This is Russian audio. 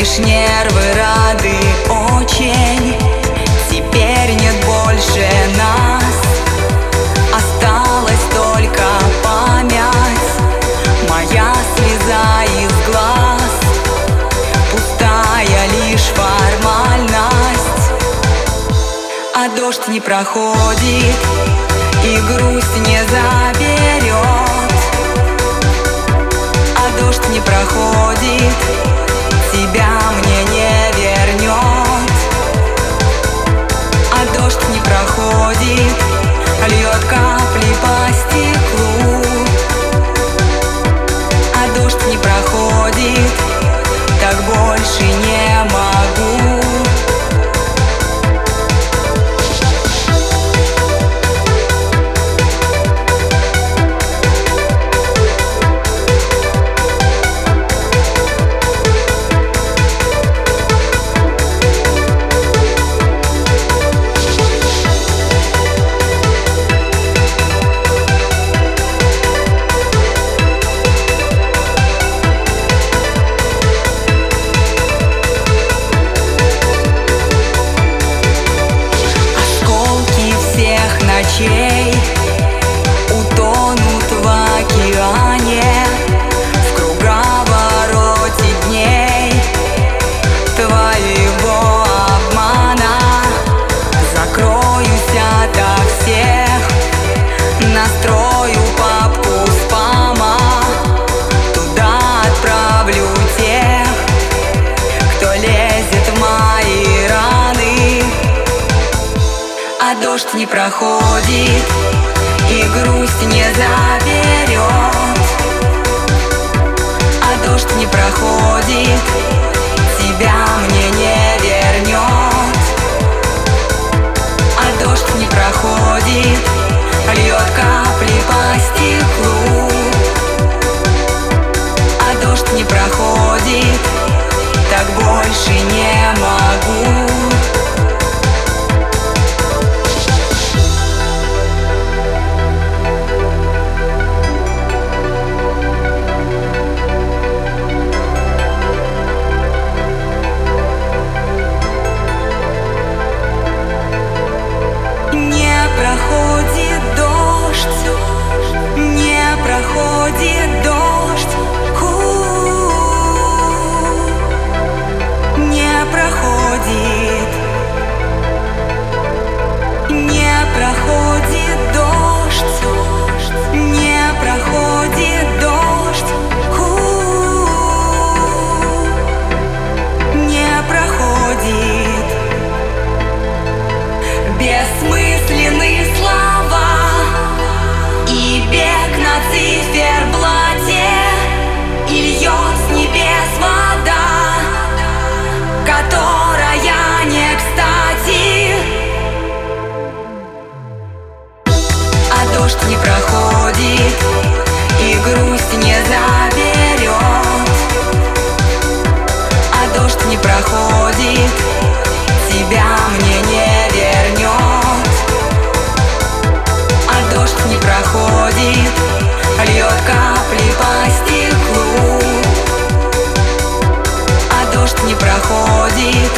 лишь нервы рады очень. Теперь нет больше нас, осталась только память. Моя слеза из глаз, пустая лишь формальность. А дождь не проходит и грусть не заберет. А дождь не проходит, тебя мне не вернет. А дождь не проходит, льет капли по стеклу. А дождь не проходит, так больше не могу. Утонут в океане, в круговороте дней твоего обмана. Закроюсь ото всех, настрою папку спама. Туда отправлю тех, кто лезет в мои раны. А дождь не проходит и грусть не заберет. А дождь не проходит, тебя мне не вернет. А дождь не проходит, льет капли по стеклу. А дождь не проходит, так больше не могу. Проходит дождь, не проходит дождь, не проходит, не проходит дождь, не проходит дождь, не проходит. Бессмысленные слова и бег на циферблате, и льет с небес вода, которая не кстати. А дождь не проходит и грусть не заберет. А дождь не проходит, тебя мне не вернет. А дождь не проходит, льет капли по стеклу. А дождь не проходит,